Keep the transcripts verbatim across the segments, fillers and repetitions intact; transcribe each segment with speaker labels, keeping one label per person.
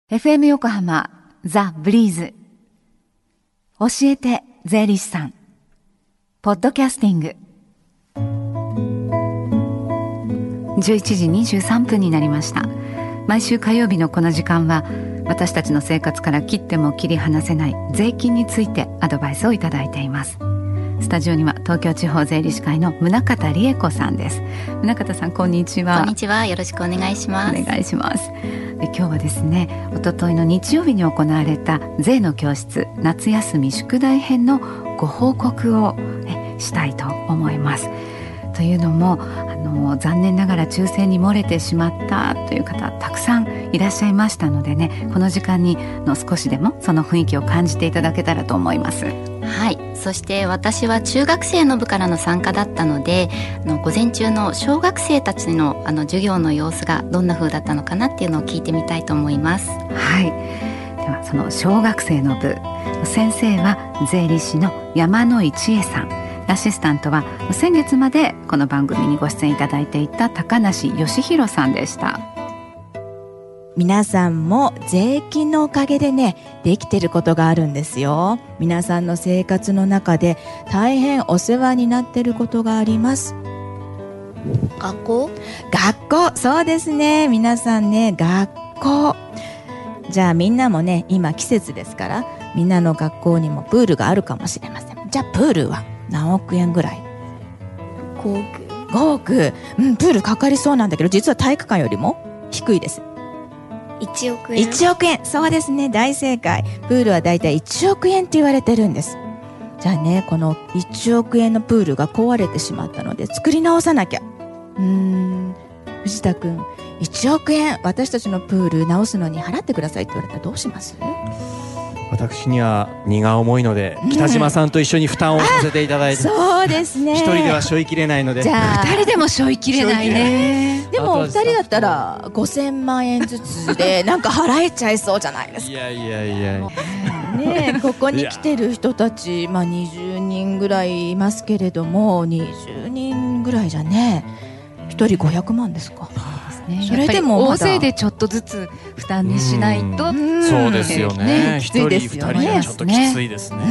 Speaker 1: エフエム 横浜ザ・ブリーズ教えて税理士さんポッドキャスティングじゅういちじにじゅうさんぷんになりました。毎週火曜日のこの時間は私たちの生活から切っても切り離せない税金についてアドバイスをいただいています。スタジオには東京地方税理士会の宗像理恵子さんです。宗像さん、こんにちは。
Speaker 2: こんにちは、よろしくお願いします。
Speaker 1: お願いします。で今日はですね、一昨日の日曜日に行われた税の教室夏休み宿題編のご報告をえしたいと思います。というのもあの残念ながら抽選に漏れてしまったという方たくさんいらっしゃいましたのでね、この時間にの少しでもその雰囲気を感じていただけたらと思います。
Speaker 2: はい、そして私は中学生の部からの参加だったので、あの午前中の小学生たち の, あの授業の様子がどんな風だったのかなっていうのを聞いてみたいと思います。
Speaker 1: はい、ではその小学生の部、先生は税理士の山野井千恵さん、アシスタントは先月までこの番組にご出演いただいていた高梨義弘さんでした。
Speaker 3: 皆さんも税金のおかげでね、できてることがあるんですよ。皆さんの生活の中で大変お世話になってることがあります。
Speaker 4: 学校？
Speaker 3: 学校、そうですね。皆さんね、学校。じゃあみんなもね、今季節ですから、みんなの学校にもプールがあるかもしれません。じゃあプールは何億円ぐらい？
Speaker 4: ごおく。
Speaker 3: ごおく。うん、プールかかりそうなんだけど、実は体育館よりも低いです。
Speaker 4: いちおくえん。
Speaker 3: いちおくえん、そうですね、大正解。プールはだいたいいちおくえんって言われてるんです。じゃあね、このいちおくえんのプールが壊れてしまったので作り直さなきゃ。うーん、藤田くん、いちおくえん私たちのプール直すのに払ってくださいって言われたらどうします？
Speaker 5: 私には荷が重いので、北島さんと一緒に負担をさせていただいて、
Speaker 3: そうですね、
Speaker 5: 一人では背負いきれないので。
Speaker 3: じゃあ
Speaker 1: ふたりでも背負いきれないね。
Speaker 3: でもふたりだったらごせんまんえんずつでなんか払えちゃいそうじゃないですか。
Speaker 5: いやいやいや
Speaker 3: ねえ、ここに来てる人たち、まあ、にじゅうにんぐらいいますけれども、にじゅうにんぐらいじゃね、ひとりごひゃくまんですか。
Speaker 1: ね、
Speaker 3: それでも
Speaker 1: 大勢でちょっとずつ負担にしないと、
Speaker 5: そうですよね。
Speaker 3: きついですよね。
Speaker 5: 一人二人はちょっときついですね。
Speaker 3: うん、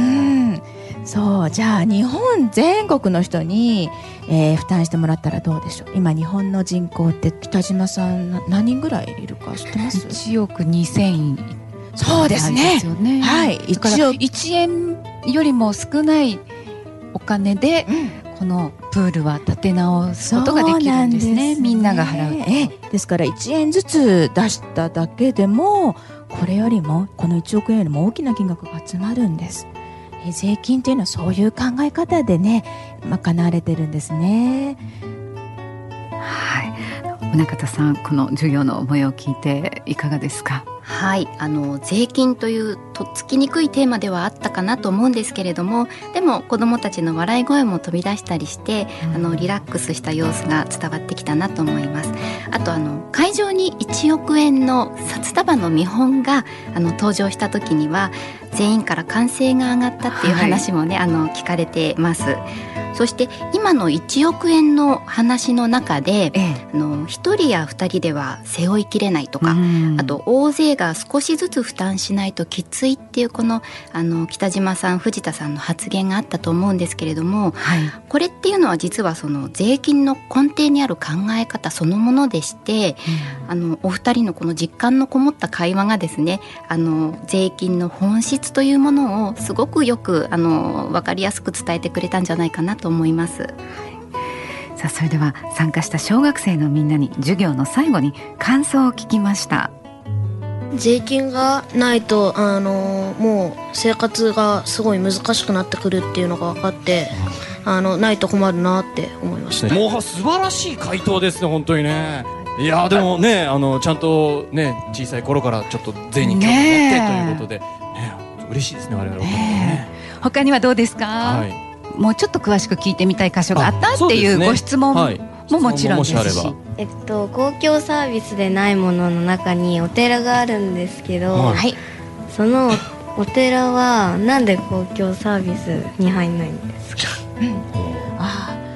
Speaker 3: そう、じゃあ日本全国の人に、えー、負担してもらったらどうでしょう。今日本の人口って北島さん何人ぐらいいるか知ってます？
Speaker 1: いちおくにせん。
Speaker 3: そうですね。
Speaker 1: ね、
Speaker 3: はい。
Speaker 1: だからいちえんよりも少ないお金で、うん、このプールは立て直すことができるんですね。みんなが払う。
Speaker 3: えですからいちえんずつ出しただけでも、これよりもこのいちおくえんよりも大きな金額が集まるんです。え税金っていうのはそういう考え方でね、賄われてるんですね。
Speaker 1: はい、宗像さん、この授業の模様を聞いていかがですか？
Speaker 2: はい、あの税金というとっつきにくいテーマではあったかなと思うんですけれども、でも子どもたちの笑い声も飛び出したりして、うん、あのリラックスした様子が伝わってきたなと思います。あとあの会場にいちおくえんの札束の見本があの登場した時には、全員から歓声が上がったっていう話もね、はい、あの聞かれてます。そして今のいちおくえんの話の中で、ええ、あのひとりやふたりでは背負いきれないとか、あと大勢が少しずつ負担しないときついっていう、この、あの北島さん藤田さんの発言があったと思うんですけれども、はい、これっていうのは実はその税金の根底にある考え方そのものでして、うん、あのお二人のこの実感のこもった会話がですね、あの税金の本質というものをすごくよくあの分かりやすく伝えてくれたんじゃないかなと思います。
Speaker 1: さあ、それでは参加した小学生のみんなに授業の最後に感想を聞きました。
Speaker 4: 税金がないとあのもう生活がすごい難しくなってくるっていうのが分かって、あのないと困るなって思いました。
Speaker 5: もう素晴らしい回答ですね、本当にね。いやでもね、あのちゃんとね、小さい頃からちょっと税に興味を持ってということで、ね、嬉しいですね、我々は、ね。
Speaker 1: 他にはどうですか？はい、もうちょっと詳しく聞いてみたい箇所があったっていうご質問ももちろんですし、
Speaker 6: えっと、公共サービスでないものの中にお寺があるんですけど、はい、そのお寺はなんで公共サービスに入んないんですか？
Speaker 3: うん、あ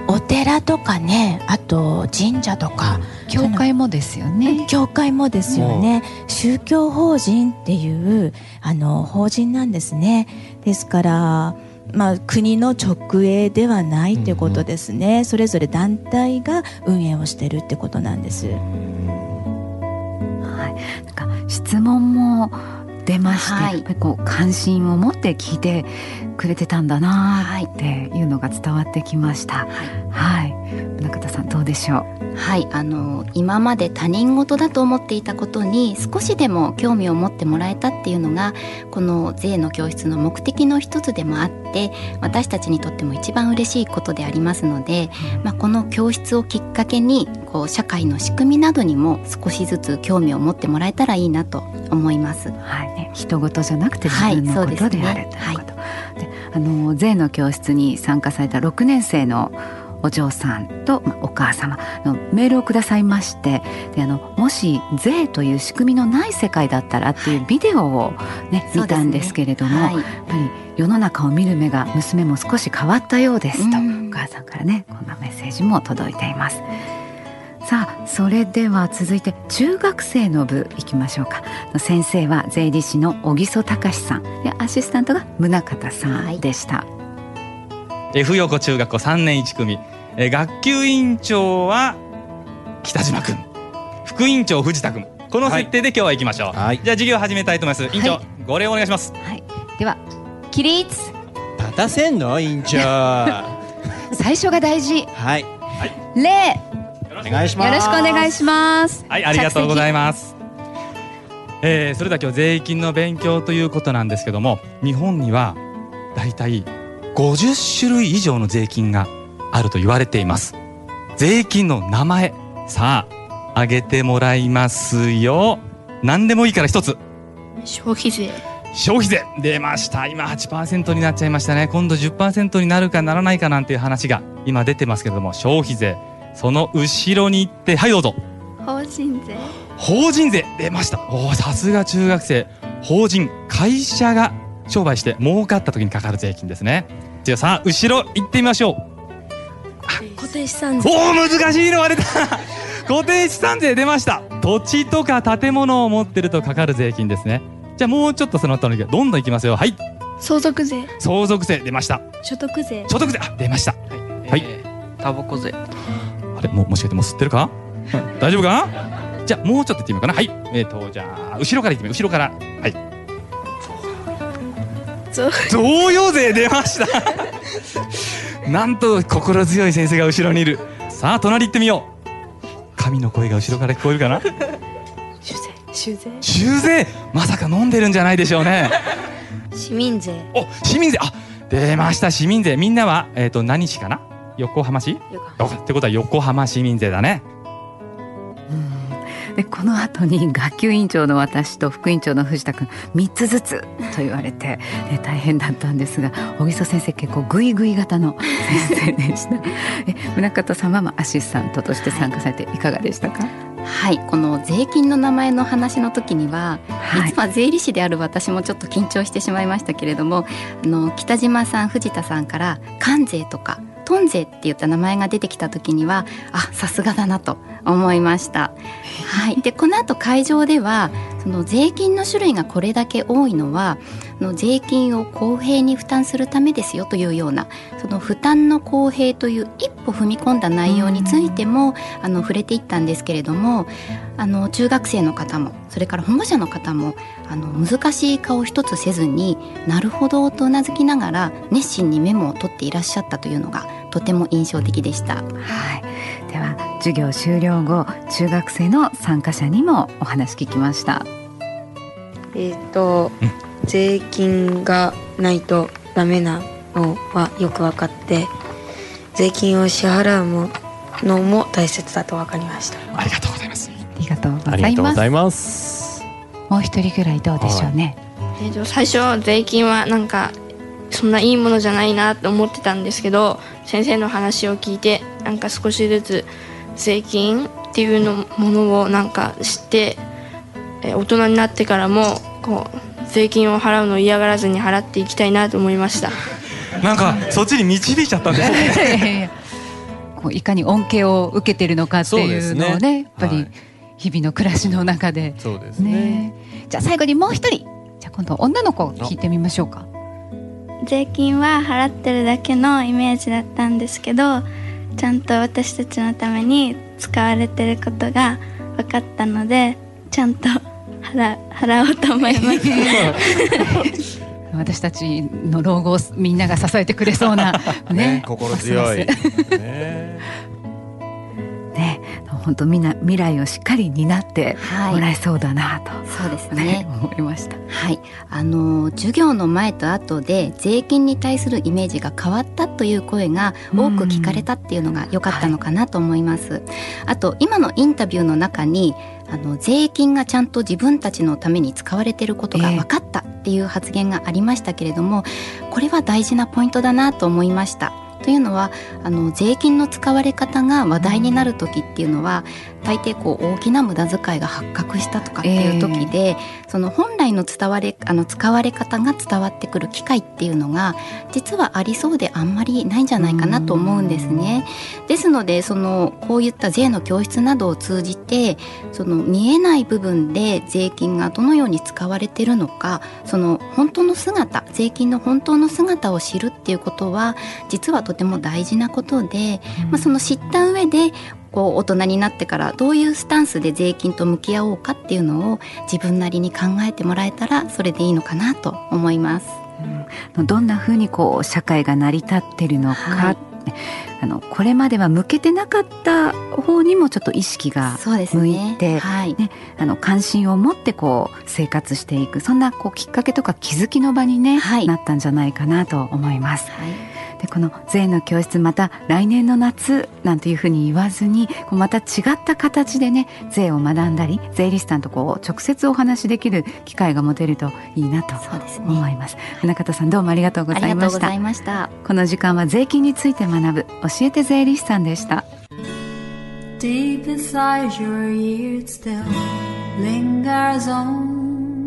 Speaker 3: お寺とかね、あと神社とか、
Speaker 1: 教会もですよね。
Speaker 3: 教会もですよね。宗教法人っていうあの法人なんですね。ですからまあ、国の直営ではないってことですね、うんうん、それぞれ団体が運営をしてるってことなんです。はい、
Speaker 1: なんか質問も出まして、はい、やっぱりこう関心を持って聞いてくれてたんだなっていうのが伝わってきました。はい、はい、中田さんどうでしょう。
Speaker 2: はい、あの今まで他人事だと思っていたことに少しでも興味を持ってもらえたっていうのがこの税の教室の目的の一つでもあって、私たちにとっても一番嬉しいことでありますので、まあ、この教室をきっかけにこう社会の仕組みなどにも少しずつ興味を持ってもらえたらいいなと思います。
Speaker 1: はいね、人事じゃなくて自分のことであるということ、はい、であの税の教室に参加されたろくねん生のお嬢さんと、まあ、お母様のメールをくださいまして、であのもし税という仕組みのない世界だったらっていうビデオを、ね、見たんですけれども、はい、やっぱり世の中を見る目が娘も少し変わったようですと、お母さんからねこんなメッセージも届いています。さあそれでは続いて中学生の部いきましょうか。先生は税理士の小木曽隆さんで、アシスタントが宗像さんでした。
Speaker 7: えふよこ中学校さんねんいち組、え学級委員長は北島くん、副委員長藤田くん、この設定で今日は行きましょう。はい、じゃあ授業を始めたいと思います。委員長、はい、ご例をお願いします。
Speaker 1: はい、では起立。
Speaker 5: 立たせんの委員長
Speaker 1: 最初が大事。
Speaker 5: はい、
Speaker 1: はい、礼
Speaker 5: お願いします。
Speaker 1: よろしくお願いします。
Speaker 7: はい、ありがとうございます。えー、それでは今日税金の勉強ということなんですけども、日本にはだいたいごじゅっしゅるい以上の税金があると言われています。税金の名前、さあ挙げてもらいますよ。何でもいいから一つ。
Speaker 4: 消費税。
Speaker 7: 消費税出ました。今 はちパーセント になっちゃいましたね。今度 じゅっパーセント になるかならないかなんていう話が今出てますけれども、消費税、その後ろに行って、はいどうぞ。
Speaker 6: 法人税。
Speaker 7: 法人税出ました。おー、さすが中学生。法人、会社が商売して儲かった時にかかる税金ですね。じゃあさあ後ろ行ってみましょう。
Speaker 6: 固定資産税。
Speaker 7: おー、難しいのが出た固定資産税出ました。土地とか建物を持ってるとかかる税金ですね。じゃあもうちょっとその後のどんどんいきますよ。はい、
Speaker 6: 相続税。
Speaker 7: 相続税出ました。
Speaker 6: 所得税。
Speaker 7: 所得税、あ、出ました。はい、
Speaker 8: えー、タバコ税。
Speaker 7: あれ、ももしかしてもう吸ってるか大丈夫かな。じゃあもうちょっと言ってみようかな。はい、えーとじゃあ後ろから言ってみよう。後ろから、はい、贈与税出ましたなんと心強い先生が後ろにいる。さあ隣行ってみよう。神の声が後ろから聞こえるかな。
Speaker 6: 酒税。
Speaker 7: 酒税、まさか飲んでるんじゃないでしょうね。
Speaker 6: 市民税。
Speaker 7: お、市民税、あ、出ました。市民税。みんなはえっと何市かな。横浜市。横ってことは横浜市民税だね。
Speaker 1: でこの後に学級委員長の私と副委員長の藤田君みっつずつと言われて、ね、大変だったんですが、小木曽先生結構グイグイ型の先生でしたえ宗像様もアシスタントとして参加されていかがでしたか。
Speaker 2: はい、この税金の名前の話の時には、はい、実は税理士である私もちょっと緊張してしまいましたけれども、あの北島さん藤田さんから関税とかトン税って言った名前が出てきた時には、あ、さすがだなと思いました。はい、でこの後会場ではその税金の種類がこれだけ多いのはの税金を公平に負担するためですよというような、その負担の公平という一歩踏み込んだ内容についてもあの触れていったんですけれども、あの中学生の方もそれから保護者の方もあの難しい顔一つせずになるほどとうなずきながら熱心にメモを取っていらっしゃったというのがとても印象的でした。
Speaker 1: はい、では授業終了後、中学生の参加者にもお話聞きました。
Speaker 9: えーと、うん、税金がないとダメなのはよく分かって、税金を支払うのも大切だと分かりました。
Speaker 7: ありがとうございます。
Speaker 1: ありがとうございます。
Speaker 5: ありがとうございます。
Speaker 1: もう一人ぐらいどうでしょうね。
Speaker 6: えーと、最初税金はなんかそんないいものじゃないなと思ってたんですけど、先生の話を聞いてなんか少しずつ税金っていうのものをなんか知って、え大人になってからもこう税金を払うのを嫌がらずに払っていきたいなと思いました。
Speaker 7: なんかそっちに導いちゃったんですね
Speaker 1: こういかに恩恵を受けてるのかっていうのをね、やっぱり日々の暮らしの中で。
Speaker 5: そうですね。
Speaker 1: ね、じゃあ最後にもう一人、じゃあ今度女の子聞いてみましょうか。
Speaker 8: 税金は払ってるだけのイメージだったんですけど、ちゃんと私たちのために使われてることが分かったので、ちゃんと払、払おうと思います。
Speaker 1: 私たちの老後をみんなが支えてくれそうな、ね
Speaker 5: ね、心強い。ね
Speaker 1: ね、本当みんな未来をしっかり担ってもらえそうだなと、
Speaker 2: はい、そうですね、
Speaker 1: 思いました。
Speaker 2: はい、あの授業の前と後で税金に対するイメージが変わったという声が多く聞かれたっていうのが良かったのかなと思います。はい、あと今のインタビューの中にあの税金がちゃんと自分たちのために使われていることが分かったっていう発言がありましたけれども、これは大事なポイントだなと思いました。というのはあの税金の使われ方が話題になる時っていうのは大抵こう大きな無駄遣いが発覚したとかっていう時で、えー、その本来の伝われあの使われ方が伝わってくる機会っていうのが実はありそうであんまりないんじゃないかなと思うんですね。ですのでそのこういった税の教室などを通じてその見えない部分で税金がどのように使われているのか、その本当の姿、税金の本当の姿を知るっていうことは実はとても大事なことで、まあ、その知った上でこう大人になってからどういうスタンスで税金と向き合おうかっていうのを自分なりに考えてもらえたらそれでいいのかなと思います。
Speaker 1: うん、どんなふうにこう社会が成り立っているのか、はい、あのこれまでは向けてなかった方にもちょっと意識が向いて、ねはいね、あの関心を持ってこう生活していく、そんなこうきっかけとか気づきの場に、ねはい、なったんじゃないかなと思います。はい、でこの税の教室また来年の夏なんていうふうに言わずにこうまた違った形でね税を学んだり税理士さんとこう直接お話しできる機会が持てるといいなと思います。船方さんどうもありがとうございました。
Speaker 2: ありがとうございました。
Speaker 1: この時間は税金について学ぶ教えて税理士さんでした。
Speaker 10: Deep inside your ears still lingers on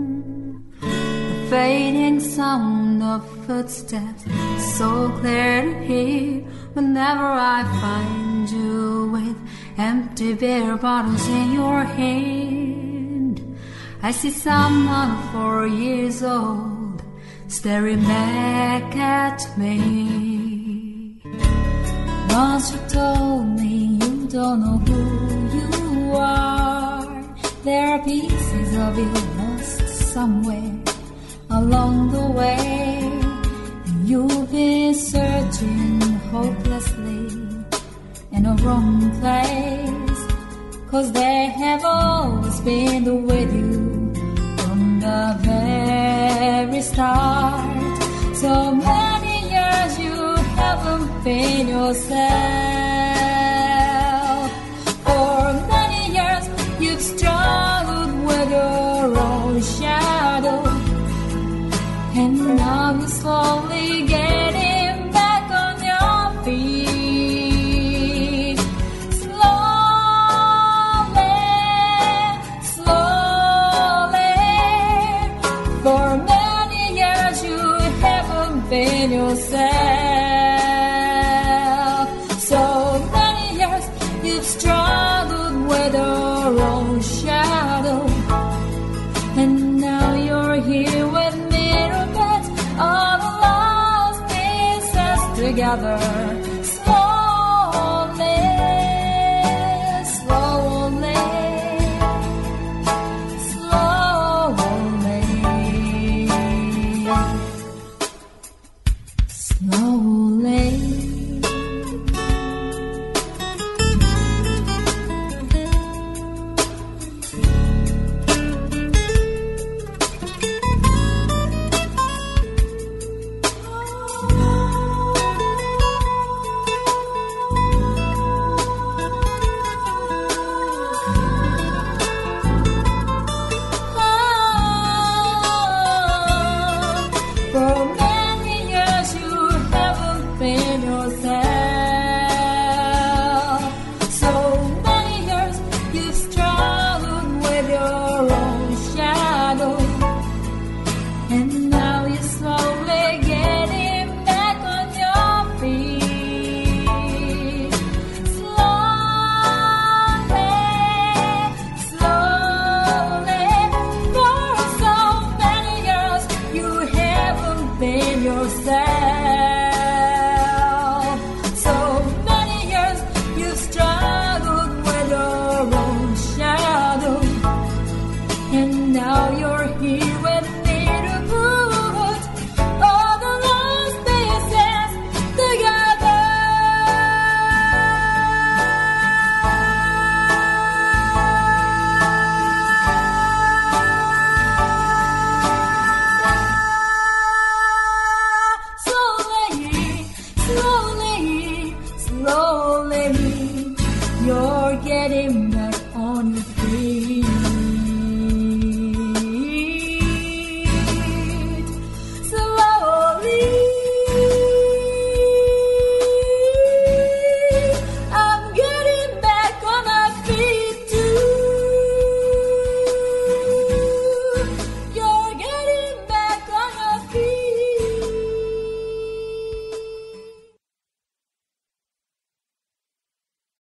Speaker 10: fading sound of footsteps, so clear to hear whenever I find you with empty beer bottles in your hand. I see someone four years old staring back at me. Once you told me you don't know who you are, there are pieces of you lost somewhere along the way. You've been searching hopelessly in a wrong place, 'cause they have always been with you from the very start. So many years you haven't been yourself. For many years you've struggled with your own shadow, and now you're slowly getting back on your feet. Slowly, slowly. For many years you haven't been yourself. So many years you've struggled with your own shadow, and now you're here with me, all the lost pieces together. Slowly, slowly, slowly, slowly. yourself.